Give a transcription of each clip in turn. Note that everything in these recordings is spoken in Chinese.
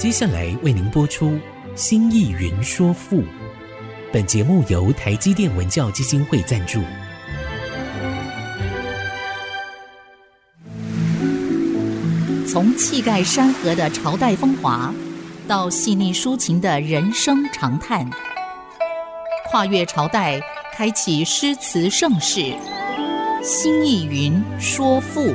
接下来为您播出新艺云说赋。本节目由台积电文教基金会赞助。 从气概山河的朝代风华，到细腻抒情的人生长叹，跨越朝代，开启诗词盛世。新艺云说赋。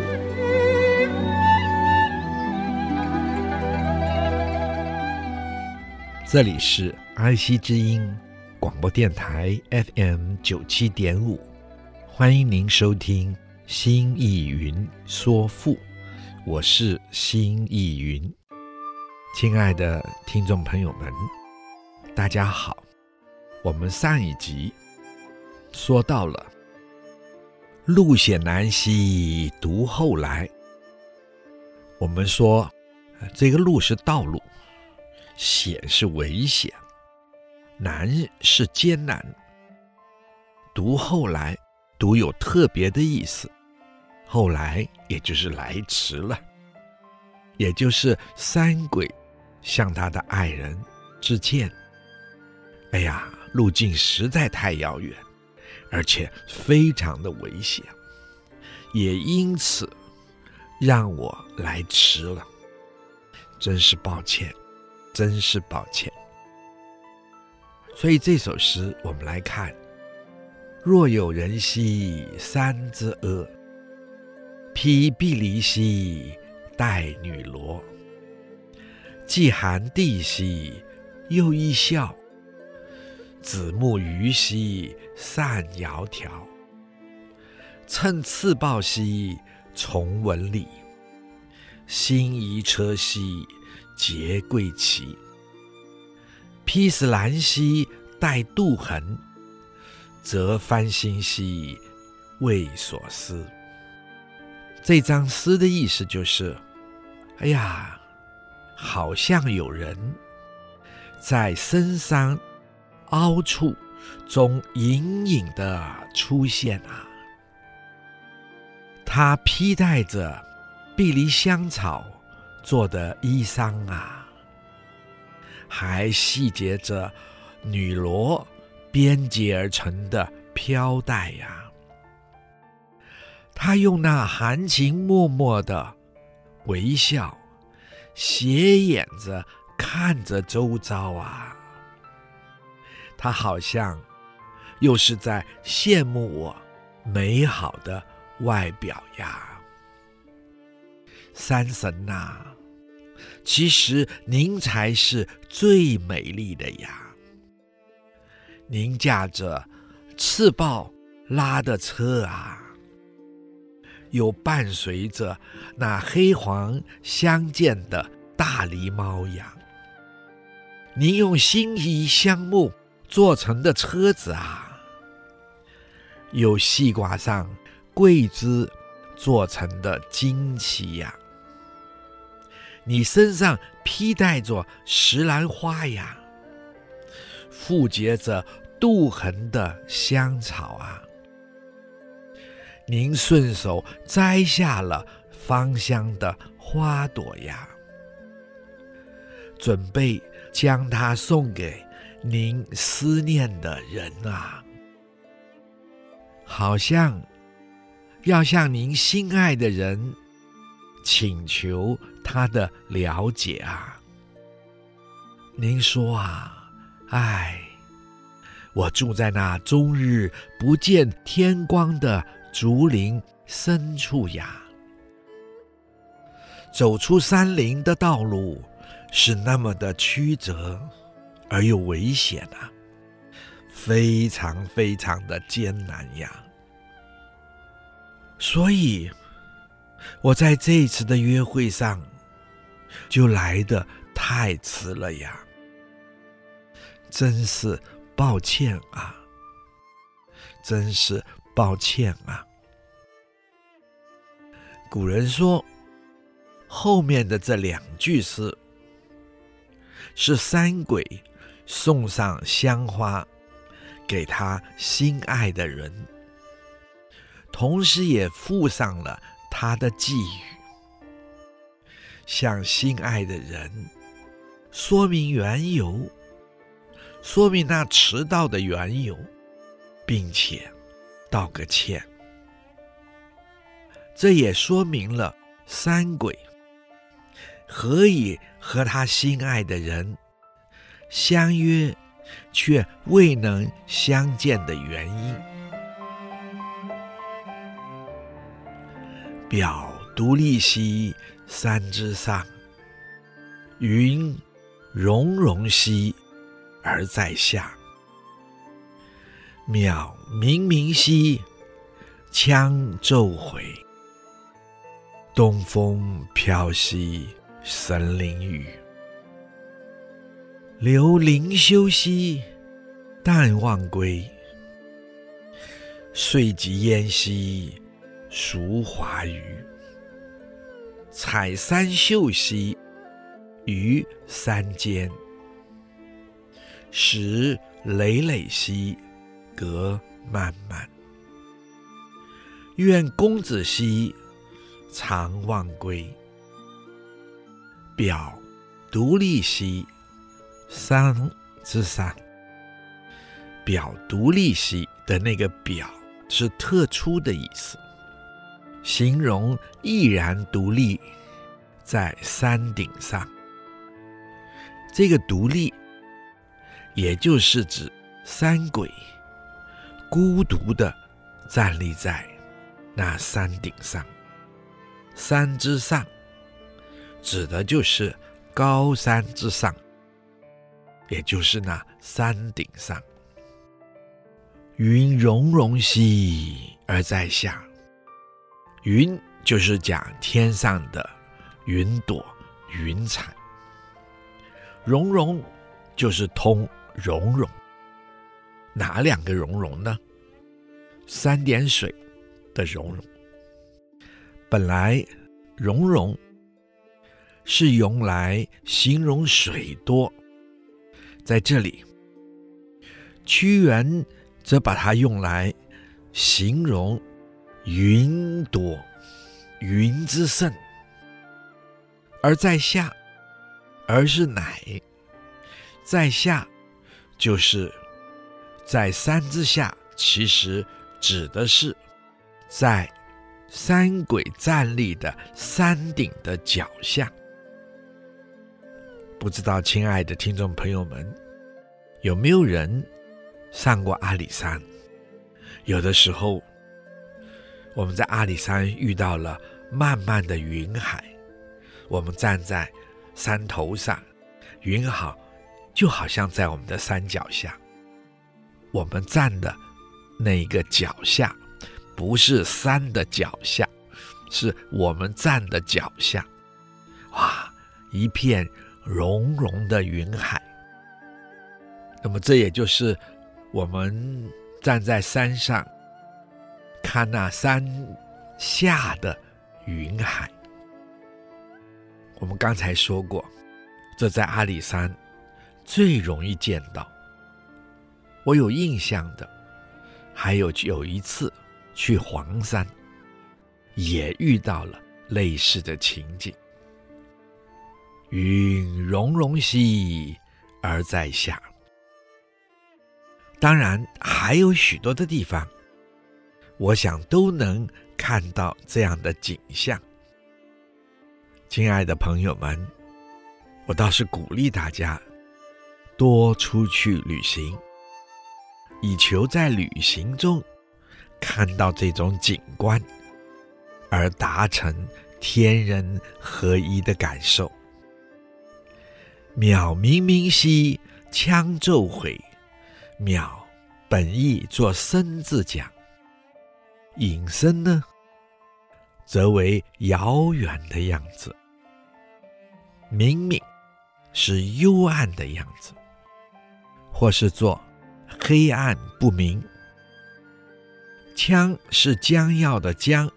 这里是爱惜之音广播电台 FM97.5， 欢迎您收听新艺云说赋，我是新艺云。亲爱的听众朋友们，大家好。我们上一集说到了路险难兮独后来，我们说这个路是道路，险是危险，难是艰难。独后来，独有特别的意思，后来也就是来迟了，也就是山鬼向他的爱人致歉。哎呀，路径实在太遥远，而且非常的危险，也因此让我来迟了，真是抱歉，真是抱歉。所以这首诗我们来看：若有人兮山之阿，披薜藜兮带女萝。既含地兮又一笑，子木鱼兮善窈窕。乘次报兮从文理，辛夷车兮结贵奇。披石兰兮带杜衡，则翻新兮为所思。这张诗的意思就是，哎呀，好像有人在深山凹处中隐隐地出现啊。他披戴着碧梨香草做的衣裳啊，还细结着女萝编结而成的飘带呀。他用那含情脉脉的微笑，斜眼着看着周遭啊。他好像又是在羡慕我美好的外表呀。山神啊，其实您才是最美丽的呀。您驾着赤豹拉的车啊，又伴随着那黑黄相间的大狸猫呀。您用辛夷香木做成的车子啊，有细挂上桂枝做成的旌旗呀。你身上披戴着石兰花呀，附结着杜衡的香草啊。您顺手摘下了芳香的花朵呀，准备将它送给您思念的人啊。好像要向您心爱的人请求他的了解啊。您说啊，哎，我住在那终日不见天光的竹林深处呀。走出山林的道路是那么的曲折而又危险啊，非常非常的艰难呀。所以我在这一次的约会上就来得太迟了呀，真是抱歉啊，真是抱歉啊。古人说，后面的这两句诗是山鬼送上香花给他心爱的人，同时也附上了他的寄语，向心爱的人说明缘由，说明那迟到的缘由，并且道个歉。这也说明了三鬼何以和他心爱的人相约却未能相见的原因。表独立兮山之上，云融融兮而在下。渺冥冥兮羌骤回，东风飘兮森林雨。留灵修兮淡忘归，岁及焉兮孰华鱼。采三秀兮于山间，时累累兮隔漫漫。愿公子兮常忘归，表独立兮山之上。表独立兮的那个表是特殊的意思，形容毅然独立在山顶上。这个独立也就是指三鬼孤独地站立在那山顶上。山之上指的就是高山之上，也就是那山顶上。云融融兮而在下，云就是讲天上的云朵云彩，融融就是通融融。哪两个融融呢？三点水的融融。本来融融是用来形容水多，在这里屈原则把它用来形容云多，云之盛。而在下，而是乃，在下就是在山之下，其实指的是在山鬼站立的山顶的脚下。不知道亲爱的听众朋友们，有没有人上过阿里山？有的时候我们在阿里山遇到了漫漫的云海，我们站在山头上，云好就好像在我们的山脚下。我们站的那个脚下不是山的脚下，是我们站的脚下。哇，一片融融的云海。那么这也就是我们站在山上看那山下的云海。我们刚才说过，这在阿里山最容易见到。我有印象的还有一次去黄山，也遇到了类似的情景。云融融兮而在下。当然还有许多的地方，我想都能看到这样的景象。亲爱的朋友们，我倒是鼓励大家多出去旅行，以求在旅行中看到这种景观，而达成天人合一的感受。渺冥冥兮羌骤回，渺本意做深字讲，引申呢则为遥远的样子，冥冥是幽暗的样子，或是做黑暗不明。羌是将要的将，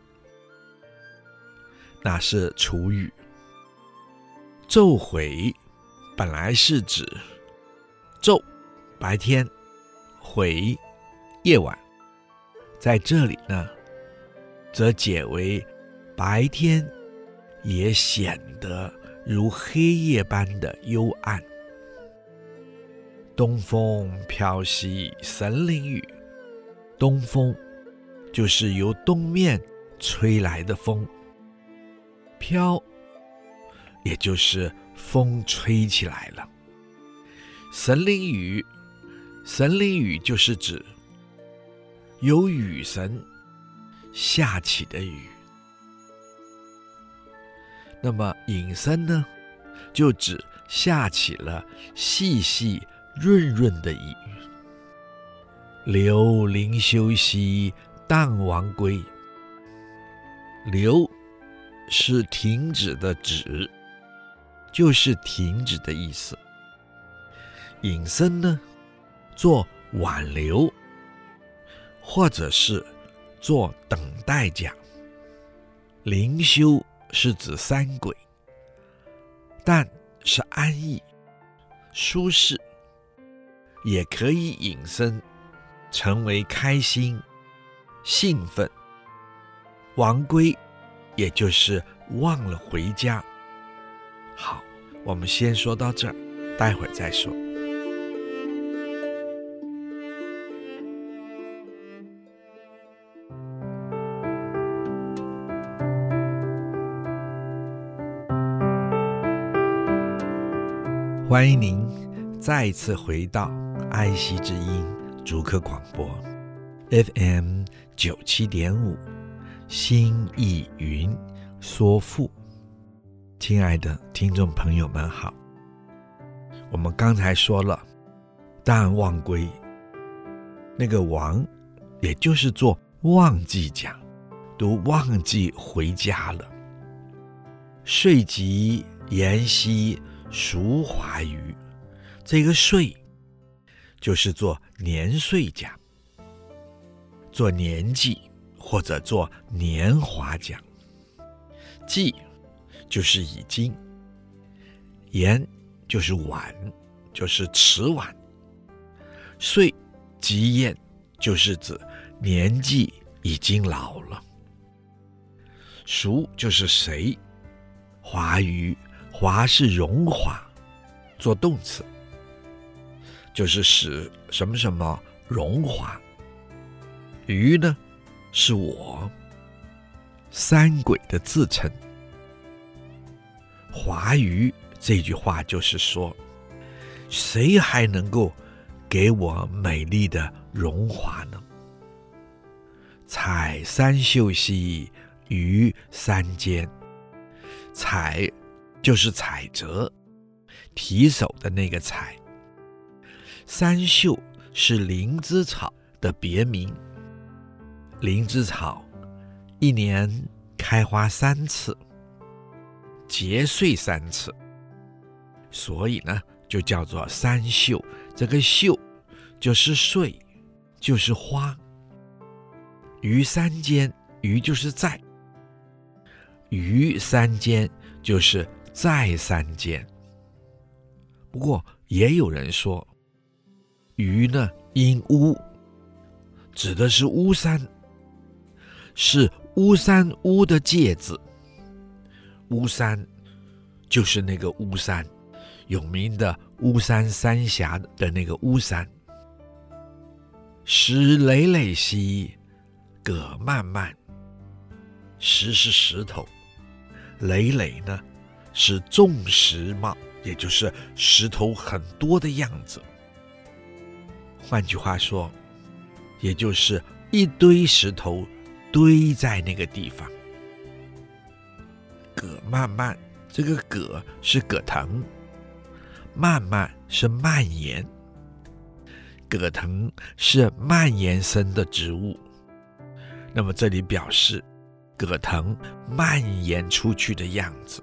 那是楚语。骤回本来是指昼白天，回夜晚，在这里呢则解为白天也显得如黑夜般的幽暗。 东风飘兮森林雨。东风就是由东面吹来的风，飘也就是风吹起来了。森林雨，森林雨就是指由雨神下起的雨。那么引声呢，就指下起了细细润润的雨。流灵修兮荡亡归。流是停止的止，就是停止的意思。引声呢，做挽留，或者是做等待讲。灵修是指三轨，但是安逸舒适，也可以引申成为开心兴奋。亡归也就是忘了回家。好，我们先说到这儿，待会儿再说。欢迎您再一次回到爱惜之音竹科广播 FM 97.5，心意云说赋。亲爱的听众朋友们好，我们刚才说了淡忘归，那个忘也就是做忘记讲，都忘记回家了。岁及言兮孰华于，这个岁就是做年岁讲，做年纪或者做年华讲。既就是已经，言就是晚，就是迟晚。岁及晏就是指年纪已经老了。孰就是谁，华于，华是荣华，做动词，就是使什么什么荣华。于呢，是我，三轨的自称。华于这句话就是说，谁还能够给我美丽的荣华呢？采三秀兮于三间。采就是采折，提手的那个采。三秀是灵芝草的别名。灵芝草一年开花3次，结穗3次，所以呢就叫做三秀。这个秀就是穗，就是花。于三间，于就是在，于三间就是在三间。不过也有人说，于呢因巫，指的是巫山，是巫山巫的介字。巫山就是那个巫山，有名的巫山三峡的那个巫山。石累累兮葛漫漫。石是石头，累累呢是重石貌，也就是石头很多的样子。换句话说，也就是一堆石头堆在那个地方。葛漫漫，这个葛是葛藤，漫漫是蔓延，葛藤是蔓延生的植物。那么这里表示葛藤蔓延出去的样子。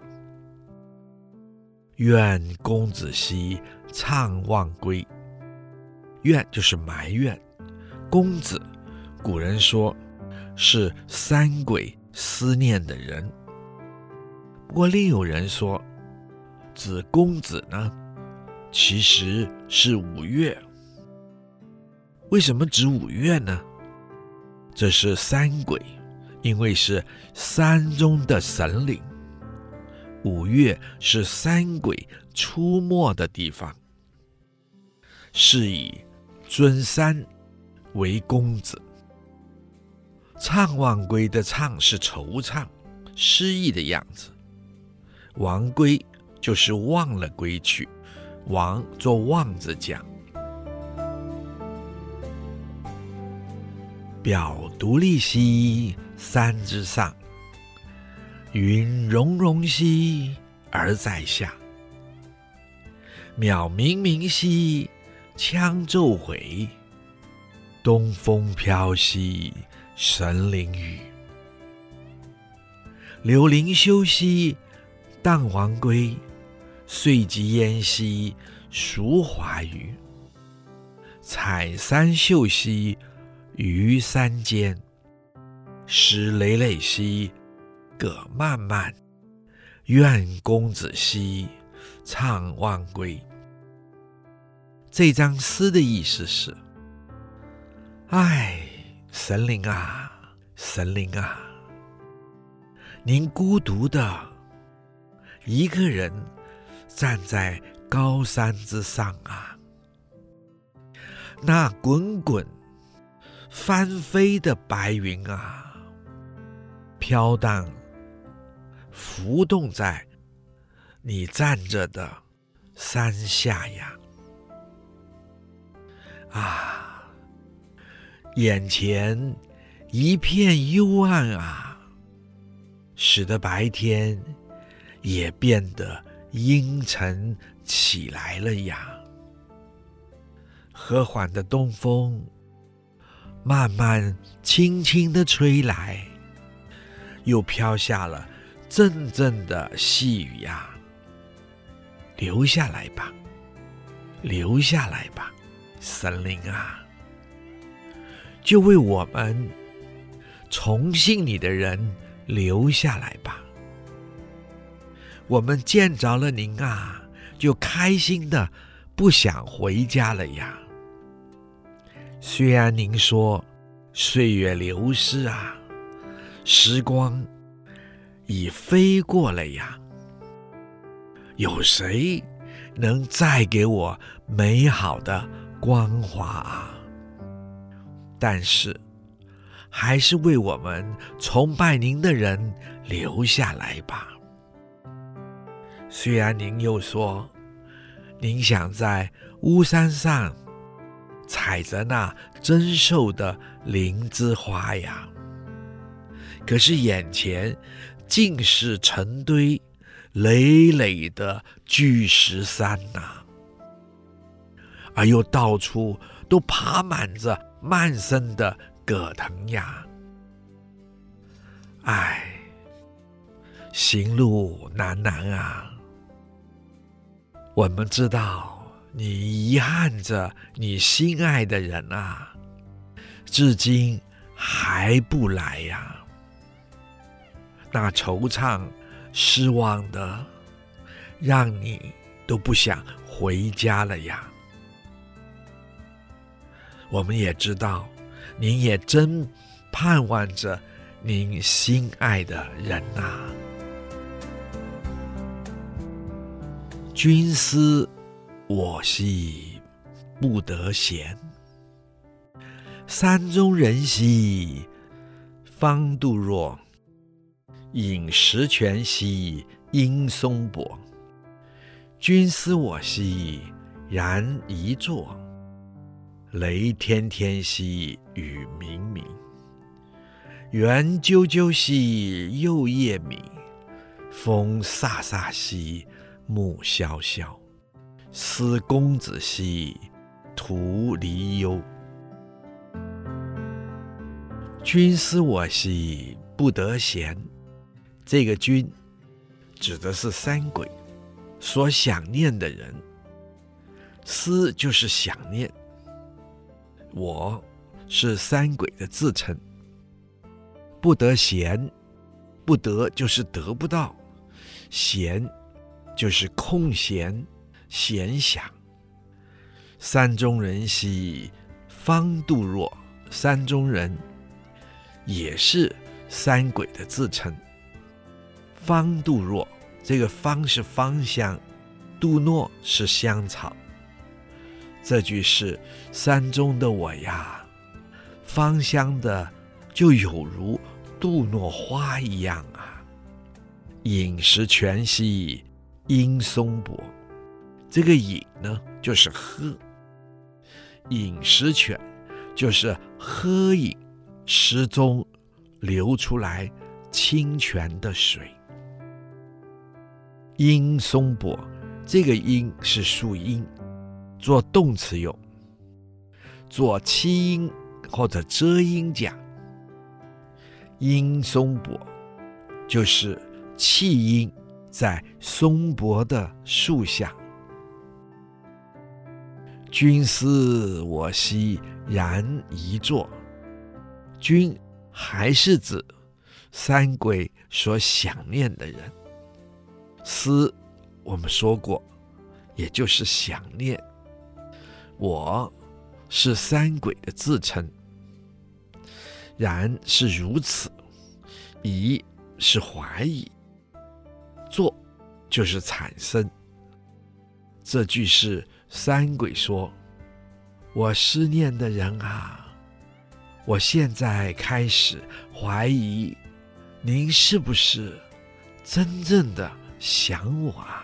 怨公子兮怅忘归。怨就是埋怨，公子古人说是三鬼思念的人。不过另有人说，指公子呢其实是五岳。为什么指五岳呢？这是三鬼，因为是山中的神灵，五岳是三鬼出没的地方。 是以尊山为公子。怅忘归的怅是惆怅失意的样子，忘归就是忘了归去，忘做忘字讲。表独立兮山之上，云溶溶兮而在下。渺冥冥兮羌骤回，东风飘兮神灵语。柳林休兮荡黄归，岁及烟兮孰华鱼。采山秀兮于山间，石累累兮葛漫漫。愿公子兮怅忘归。这张诗的意思是：哎，神灵啊，神灵啊，您孤独的一个人站在高山之上啊，那滚滚翻飞的白云啊，飘荡浮动在你站着的山下呀。啊，眼前一片幽暗啊，使得白天也变得阴沉起来了呀。和缓的东风慢慢轻轻地吹来，又飘下了阵阵的细雨呀。留下来吧，留下来吧，神灵啊，就为我们崇信你的人留下来吧。我们见着了您啊，就开心的不想回家了呀。虽然您说岁月流逝啊，时光已飞过了呀，有谁能再给我美好的光华啊？但是还是为我们崇拜您的人留下来吧。虽然您又说您想在巫山上采着那珍馐的灵芝花呀，可是眼前尽是成堆累累的巨石山啊，而又到处都爬满着蔓生的葛藤呀。唉，行路难难啊。我们知道你遗憾着你心爱的人啊，至今还不来呀。那惆怅失望的让你都不想回家了呀。我们也知道您也真盼望着您心爱的人啊。君思我兮不得闲，山中人兮方度若。饮食泉兮应松柏，君思我兮然一坐。雷天天兮雨冥冥，圆啾啾兮又夜冥。风飒飒兮木萧萧，思公子兮徒离忧。君思我兮不得闲，这个君指的是山鬼所想念的人，思就是想念，我是山鬼的自称。不得闲，不得就是得不到，闲就是空闲闲想。山中人兮方度若，山中人也是山鬼的自称。方度若，这个方是芳香，杜诺是香草， 这句是山中的我呀，芳香的就有如杜诺花一样啊。饮食全兮因松柏，这个饮呢就是喝，饮食泉就是喝饮诗中流出来清泉的水。因松柏，这个因是树因，做动词用，做七音或者遮音讲。因松柏就是气音在松柏的树下。君思我兮然一坐，君还是指三鬼所想念的人，思我们说过也就是想念，我是三鬼的自称，然是如此，疑是怀疑，作就是产生。这句是三鬼说，我思念的人啊，我现在开始怀疑您是不是真正的想我啊。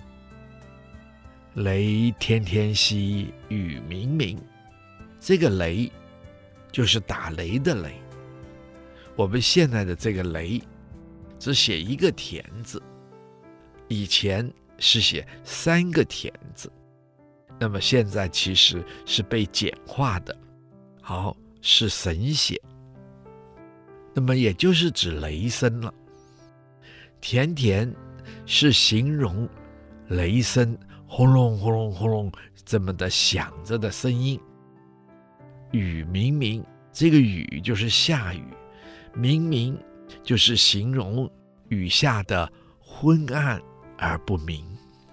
雷天天兮雨冥冥，这个雷就是打雷的雷，我们现在的这个雷只写一个田字，以前是写三个田字，那么现在其实是被简化的，好，是神写，那么也就是指雷声了。田田是形容雷声轰隆轰隆轰隆这么的响着的声音。雨冥冥，这个雨就是下雨，冥冥就是形容雨下的昏暗而不明。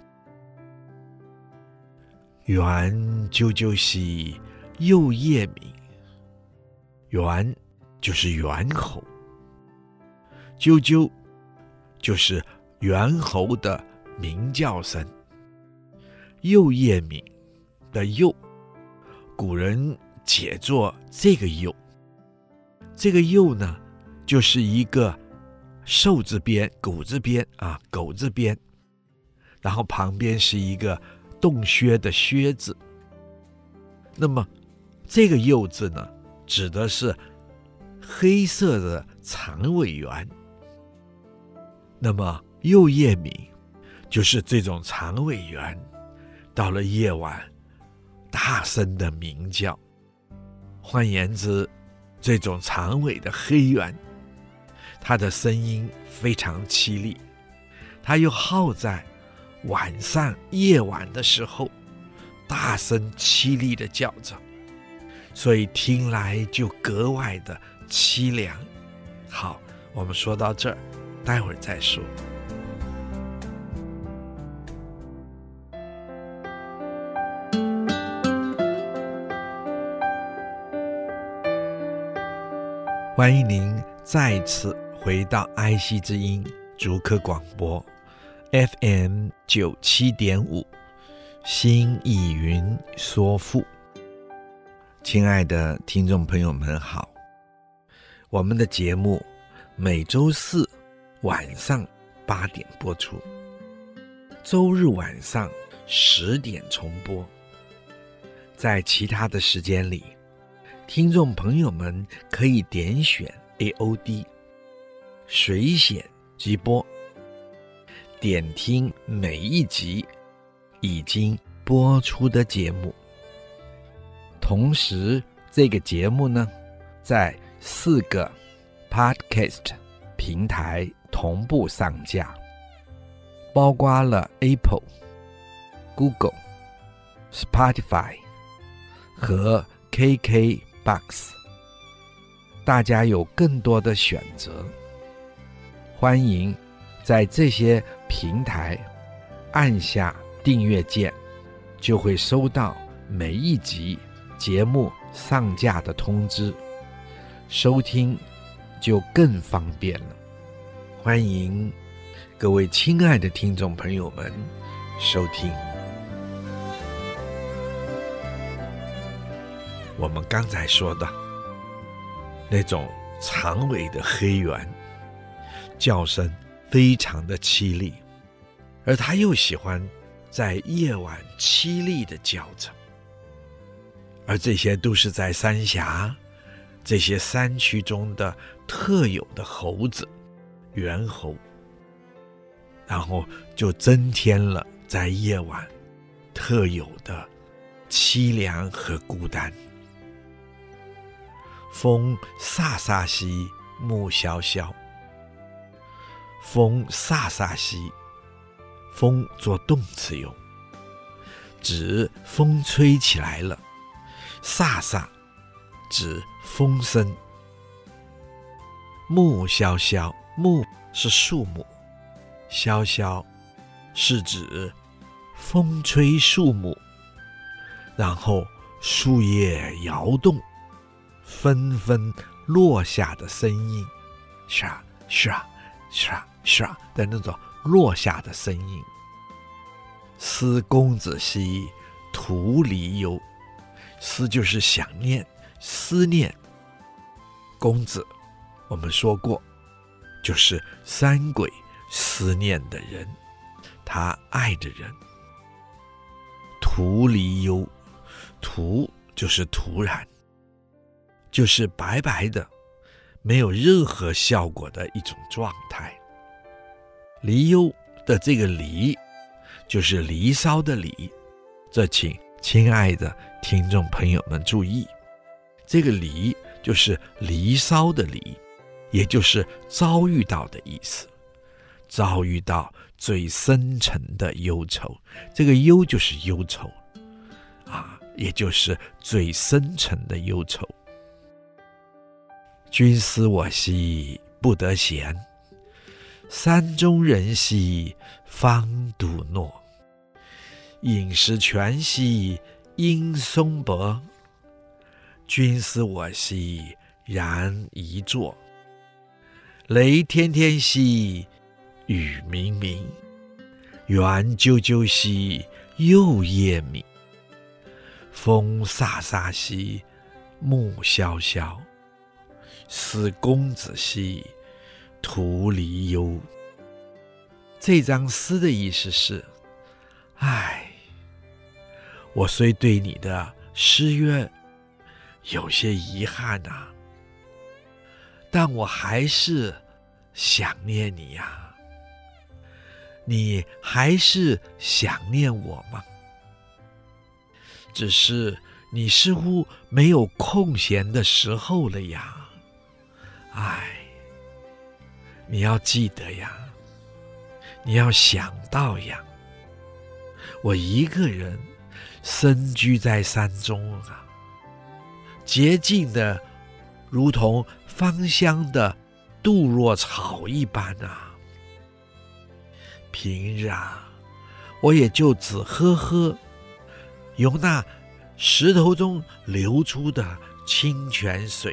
猿啾啾兮幼夜鸣，猿就是猿猴，啾啾就是猿猴的鸣叫声。幼夜鸣的幼，古人解作这个幼，这个幼呢就是一个兽字边狗字边啊，狗字边，然后旁边是一个洞穴的穴字。那么这个幼字呢指的是黑色的长尾猿，那么幼夜鸣就是这种长尾猿到了夜晚大声的鸣叫。换言之，这种长尾的黑猿，它的声音非常凄厉，它又好在晚上夜晚的时候大声凄厉的叫着，所以听来就格外的凄凉。好，我们说到这儿，待会儿再说。欢迎您再次回到爱惜之音竹科广播 FM97.5 心意云说赋。亲爱的听众朋友们好，我们的节目每周四晚上8点播出，周日晚上10点重播。在其他的时间里，听众朋友们可以点选 AOD 随选即播，点听每一集已经播出的节目。同时这个节目呢在4个 Podcast 平台同步上架，包括了 Apple、Google、Spotify 和 KKBOX， 大家有更多的选择，欢迎在这些平台按下订阅键，就会收到每一集节目上架的通知，收听就更方便了。欢迎各位亲爱的听众朋友们收听。 我们刚才说的那种长尾的黑猿，叫声非常的凄厉，而它又喜欢在夜晚凄厉的叫着，而这些都是在三峡这些山区中的特有的猴子，猿猴，然后就增添了在夜晚特有的凄凉和孤单。风飒飒兮木萧萧，风飒飒兮，风做动词用，指风吹起来了，飒飒指风声。木萧萧，木是树木，萧萧是指风吹树木，然后树叶摇动，纷纷落下的声音，唰唰唰唰的那种落下的声音。思公子兮徒离忧，思就是想念思念，公子我们说过就是山鬼思念的人，他爱的人。徒离忧，徒就是突然，就是白白的没有任何效果的一种状态。离忧的这个离就是离骚的离，这请亲爱的听众朋友们注意，这个离就是离骚的离，也就是遭遇到的意思，遭遇到最深沉的忧愁，这个忧就是忧愁也就是最深沉的忧愁。君思我兮不得闲，山中人兮方独诺，饮食全兮因松柏，君思我兮然一坐，雷天天兮雨冥冥，猿啾啾兮又夜冥，风飒飒兮木萧萧，思公子兮徒离忧。这张诗的意思是，我虽对你的诗约有些遗憾但我还是想念你呀。你还是想念我吗？只是你似乎没有空闲的时候了呀。你要记得呀，你要想到呀，我一个人身居在山中洁净的如同芳香的杜若草一般平日我也就只喝由那石头中流出的清泉水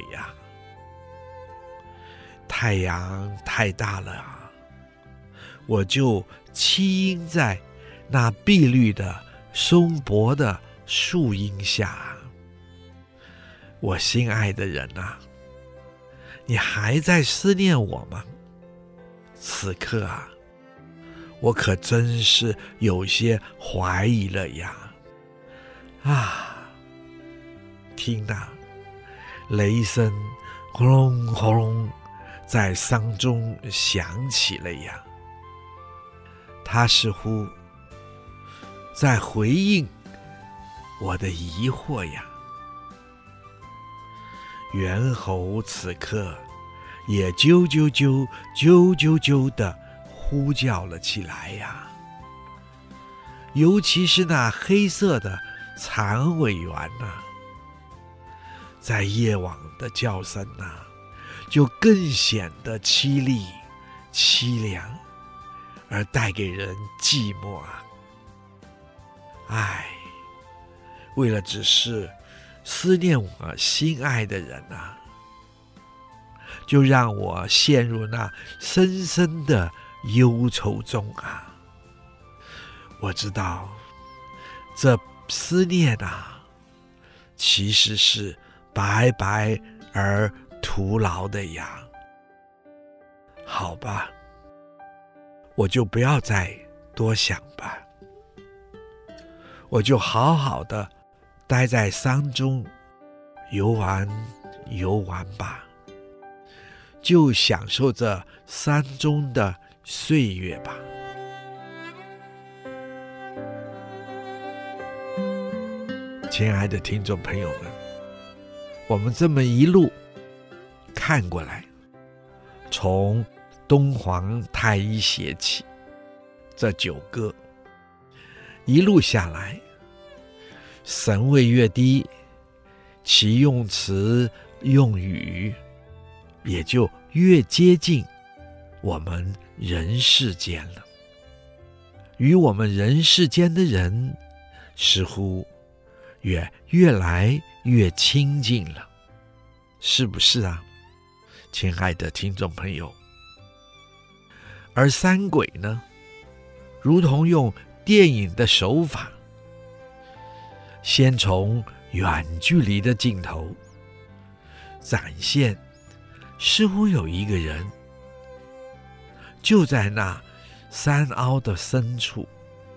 太阳太大了我就栖阴在那碧绿的松柏的树荫下。我心爱的人你还在思念我吗？此刻我可真是有些怀疑了呀。听雷声轰隆轰隆在山中响起了呀，它似乎在回应我的疑惑呀。猿猴此刻也啾啾啾啾啾啾地呼叫了起来呀，尤其是那黑色的长尾猿在夜晚的叫声就更显得凄厉凄凉，而带给人寂寞为了只是思念我心爱的人就让我陷入那深深的忧愁中我知道这思念其实是白白而徒劳的呀。好吧，我就不要再多想吧，我就好好的待在山中游玩游玩吧，就享受着山中的岁月吧。亲爱的听众朋友们，我们这么一路看过来，从东皇太一写起，这9歌一路下来，神位越低，其用词用语也就越接近我们人世间了，与我们人世间的人似乎也越来越亲近了，是不是啊，亲爱的听众朋友？而山鬼呢，如同用电影的手法，先从远距离的镜头展现，似乎有一个人就在那山凹的深处，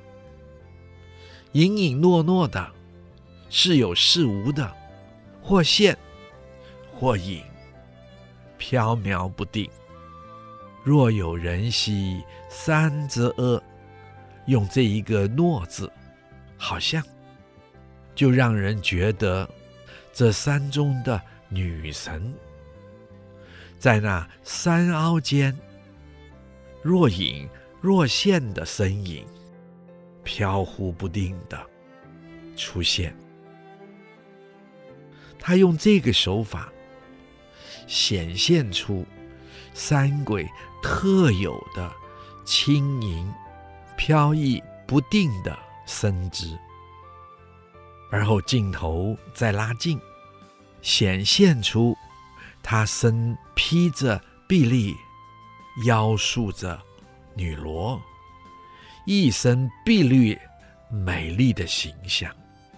隐隐诺诺的，是有是无的，或现或隐，飘渺不定。若有人兮山之阿，用这一个诺字，好像就让人觉得这山中的女神在那山凹间若隐若现的身影，飘忽不定的出现。他用这个手法显现出山鬼特有的轻盈飘逸不定的身姿，而后镜头再拉近，显现出他身披着碧丽，腰束着女罗，一身碧绿美丽的形象，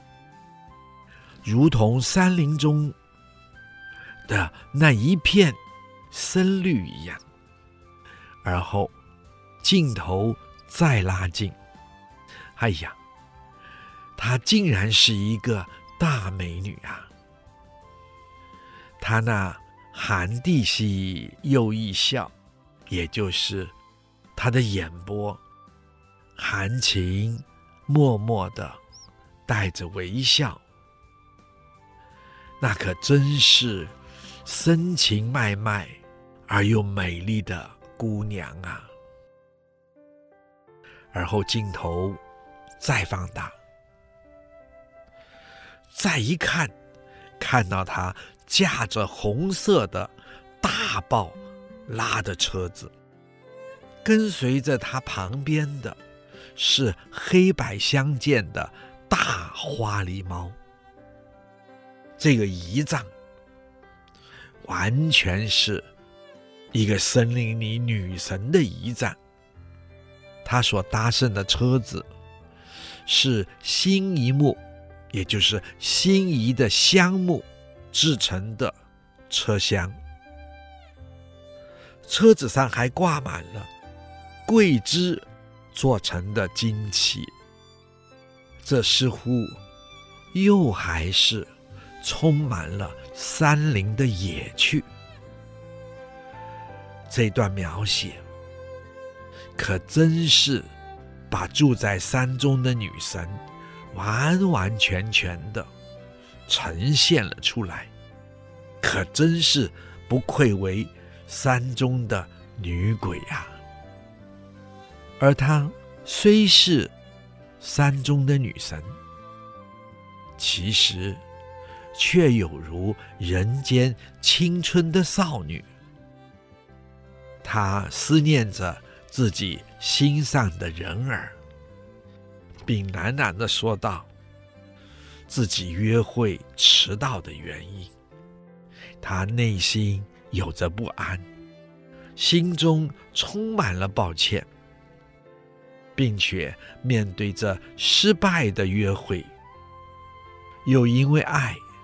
如同山林中的那一片深绿一样。而后镜头再拉近，哎呀，她竟然是一个大美女啊！她那含地兮又一笑，也就是她的眼波含情脉脉的带着微笑，那可真是深情脉脉而又美丽的姑娘啊！而后镜头再放大，再一看，看到她驾着红色的大豹拉的车子，跟随着她旁边的是黑白相间的大花狸猫。这个仪仗完全是一个森林里女神的仪仗。她所搭乘的车子是新一木，也就是心仪的香木制成的车厢，车子上还挂满了桂枝做成的旌旗，这似乎又还是充满了山林的野趣。这段描写可真是把住在山中的女神完完全全的呈现了出来，可真是不愧为山中的女鬼啊！而她虽是山中的女神，其实却有如人间青春的少女。她思念着自己心上的人儿，并喃喃地说道自己约会迟到的原因。她内心有着不安，心中充满了抱歉，并且面对着失败的约会，又因为爱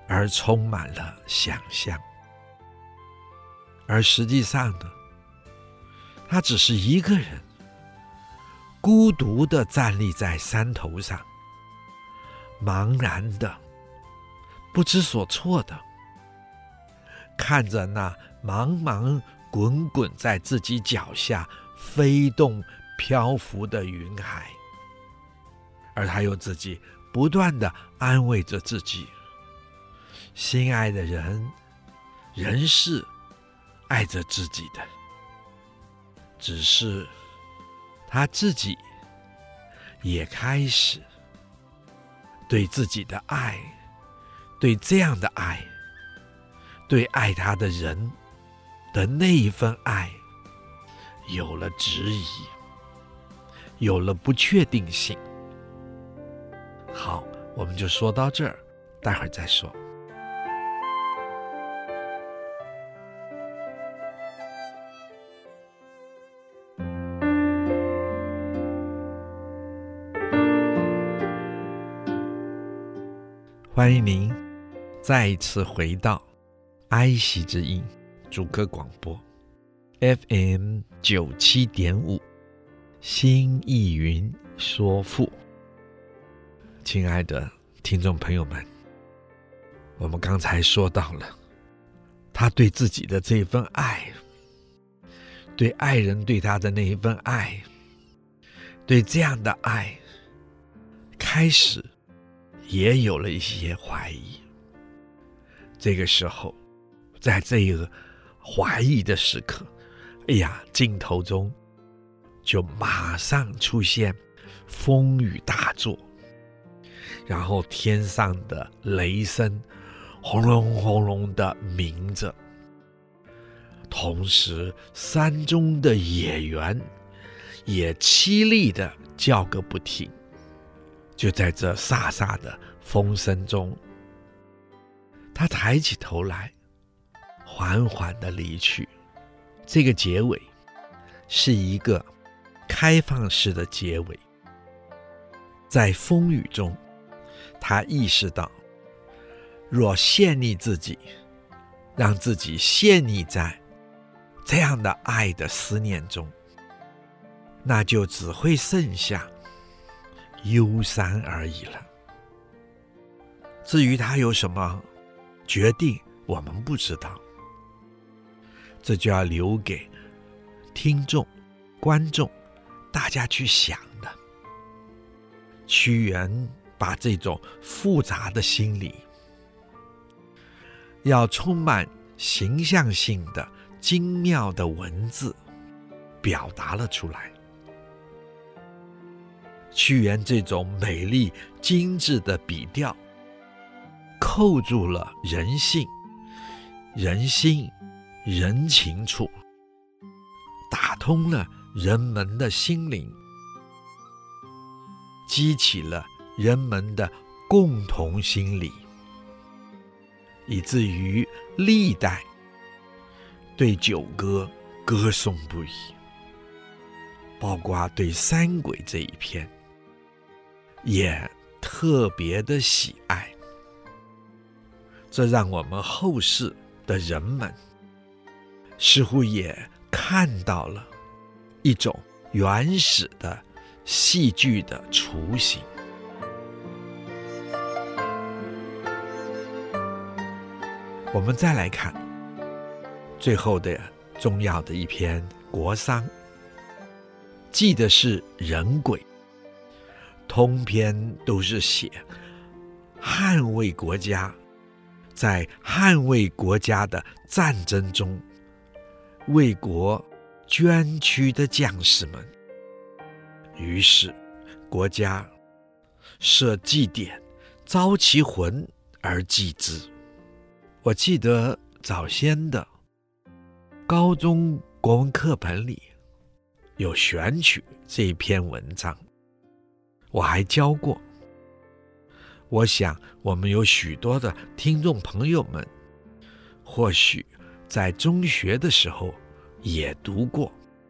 而充满了想象。而实际上呢，他只是一个人，孤独地站立在山头上，茫然的、不知所措的看着那茫茫滚滚在自己脚下飞动漂浮的云海，而他又自己不断地安慰着自己，心爱的人是爱着自己的，只是他自己也开始对自己的爱，对这样的爱，对爱他的人的那一份爱有了质疑，有了不确定性。好，我们就说到这儿，待会儿再说。欢迎您再一次回到哀惜之音主歌广播 FM 97.5新意云说赋。亲爱的听众朋友们，我们刚才说到了他对自己的这份爱，对爱人对他的那一份爱，对这样的爱开始也有了一些怀疑。这个时候，在这个怀疑的时刻，镜头中就马上出现风雨大作，然后天上的雷声轰隆轰隆的鸣着，同时山中的野猿也凄厉的叫个不停。就在这飒飒的风声中，他抬起头来，缓缓地离去。这个结尾是一个开放式的结尾。在风雨中，他意识到，若陷溺自己，让自己陷溺在这样的爱的思念中，那就只会剩下忧伤而已了。至于他有什么决定，我们不知道，这就要留给听众、观众大家去想的。屈原把这种复杂的心理，要充满形象性的精妙的文字表达了出来。屈原这种美丽精致的笔调，扣住了人性、人心、人情处，打通了人们的心灵，激起了人们的共同心理，以至于历代对九歌歌颂不已，包括对三鬼这一篇也特别的喜爱。这让我们后世的人们似乎也看到了一种原始的戏剧的雏形。我们再来看最后的重要的一篇国丧，记的是人鬼，通篇都是写捍卫国家，在捍卫国家的战争中为国捐躯的将士们。于是国家设祭典，招其魂而祭之。我记得早先的高中国文课本里有选取这一篇文章，我还教过。我想我们有许多的听众朋友们或许在中学的时候也读过，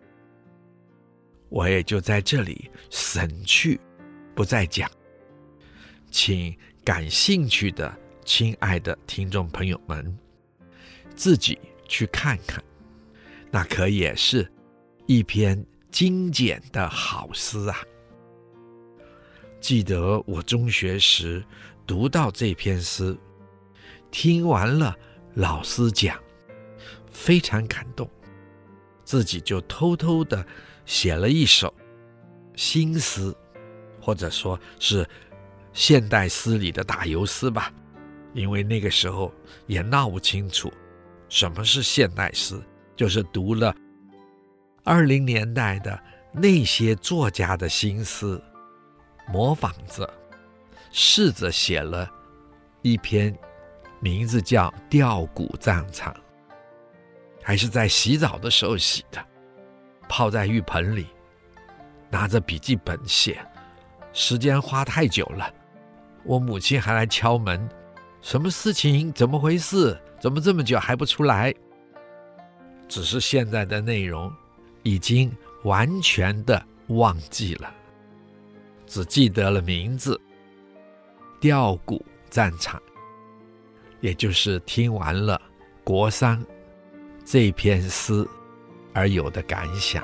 我也就在这里省去不再讲，请感兴趣的亲爱的听众朋友们，自己去看看，那可也是一篇精简的好诗啊。记得我中学时读到这篇诗，听完了老师讲，非常感动，自己就偷偷的写了一首新诗，或者说是现代诗里的打油诗吧，因为那个时候也闹不清楚什么是现代诗，就是读了20年代的那些作家的新诗，模仿着试着写了一篇名字叫《吊古战场》，还是在洗澡的时候洗的，泡在浴盆里，拿着笔记本写，时间花太久了，我母亲还来敲门，什么事情？怎么回事？怎么这么久还不出来？只是现在的内容已经完全的忘记了，只记得了名字吊古战场，也就是听完了国殇这篇诗而有的感想。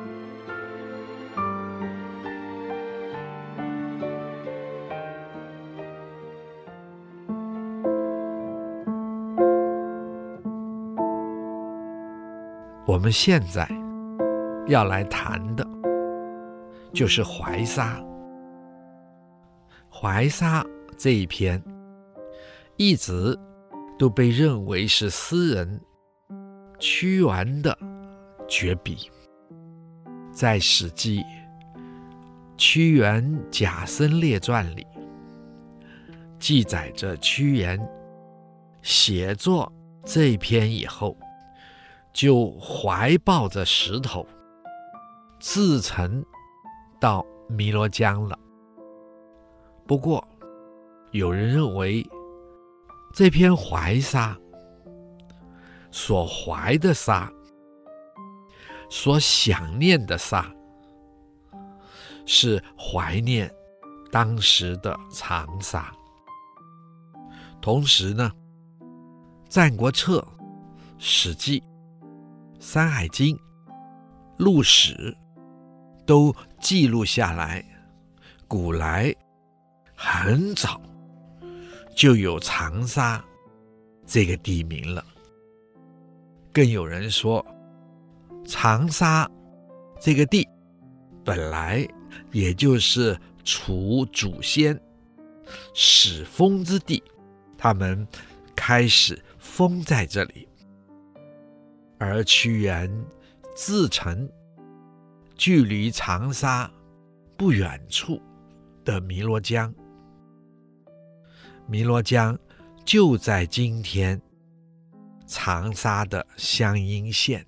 我们现在要来谈的就是怀沙。怀沙这一篇一直都被认为是诗人屈原的绝笔。在《史记·屈原贾生列传》里记载着屈原写作这一篇以后，就怀抱着石头自沉到汨罗江了。不过有人认为这篇怀沙所怀的沙，所想念的沙，是怀念当时的长沙。同时呢，战国策、史记、山海经、陆史都记录下来，古来很早就有长沙这个地名了。更有人说，长沙这个地本来也就是楚祖先始封之地，他们开始封在这里。而屈原自沉距离长沙不远处的汨罗江，汨罗江就在今天长沙的湘阴县。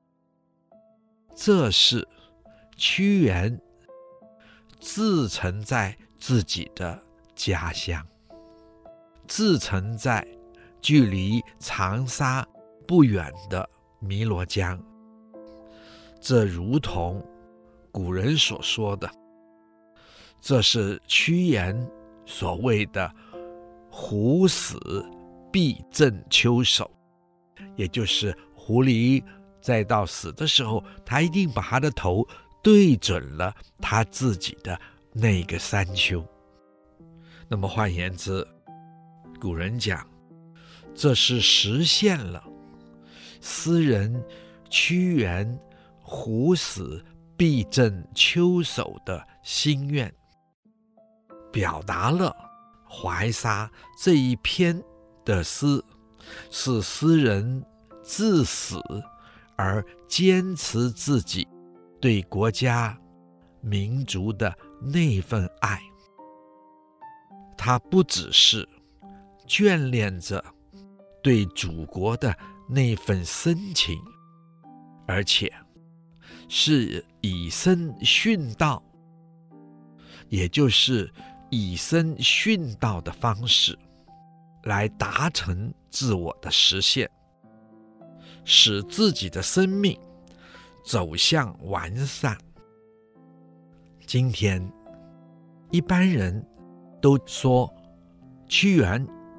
这是屈原自沉在自己的家乡，自沉在距离长沙不远的汨罗江。这如同古人所说的，这是屈原所谓的狐死必正秋首，也就是狐狸在到死的时候，他一定把他的头对准了他自己的那个山丘。那么换言之，古人讲，这是实现了诗人屈原狐死必正秋首的心愿，表达了怀沙这一篇的诗是诗人至死而坚持自己对国家民族的那份爱。他不只是眷恋着对祖国的那份深情，而且是以身殉道，也就是以身殉道的方式来达成自我的实现，使自己的生命走向完善。今天一般人都说屈原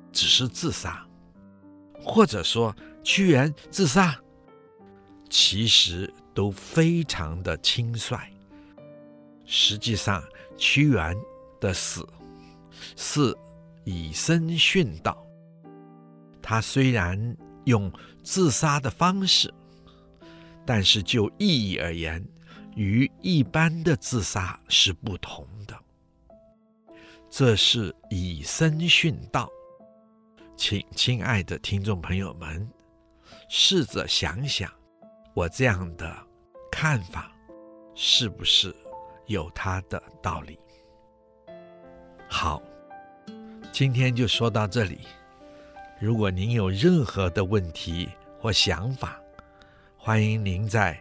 只是自杀，或者说屈原自杀，其实都非常的轻率。实际上，屈原的死是以身殉道。他虽然用自杀的方式，但是就意义而言，与一般的自杀是不同的。这是以身殉道。请亲爱的听众朋友们，试着想想，我这样的看法是不是有它的道理？好，今天就说到这里。如果您有任何的问题或想法，欢迎您在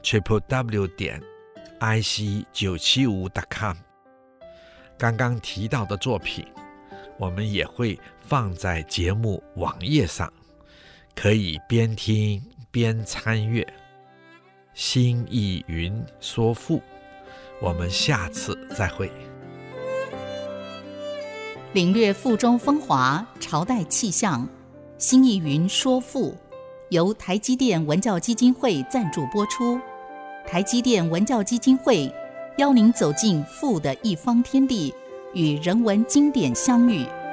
www.ic975.com 刚刚提到的作品，我们也会放在节目网页上，可以边听边参阅。心意云说赋，我们下次再会。 领略赋中风华，朝代气象。心意云说赋由台积电文教基金会赞助播出。台积电文教基金会邀您走进赋的一方天地，与人文经典相遇。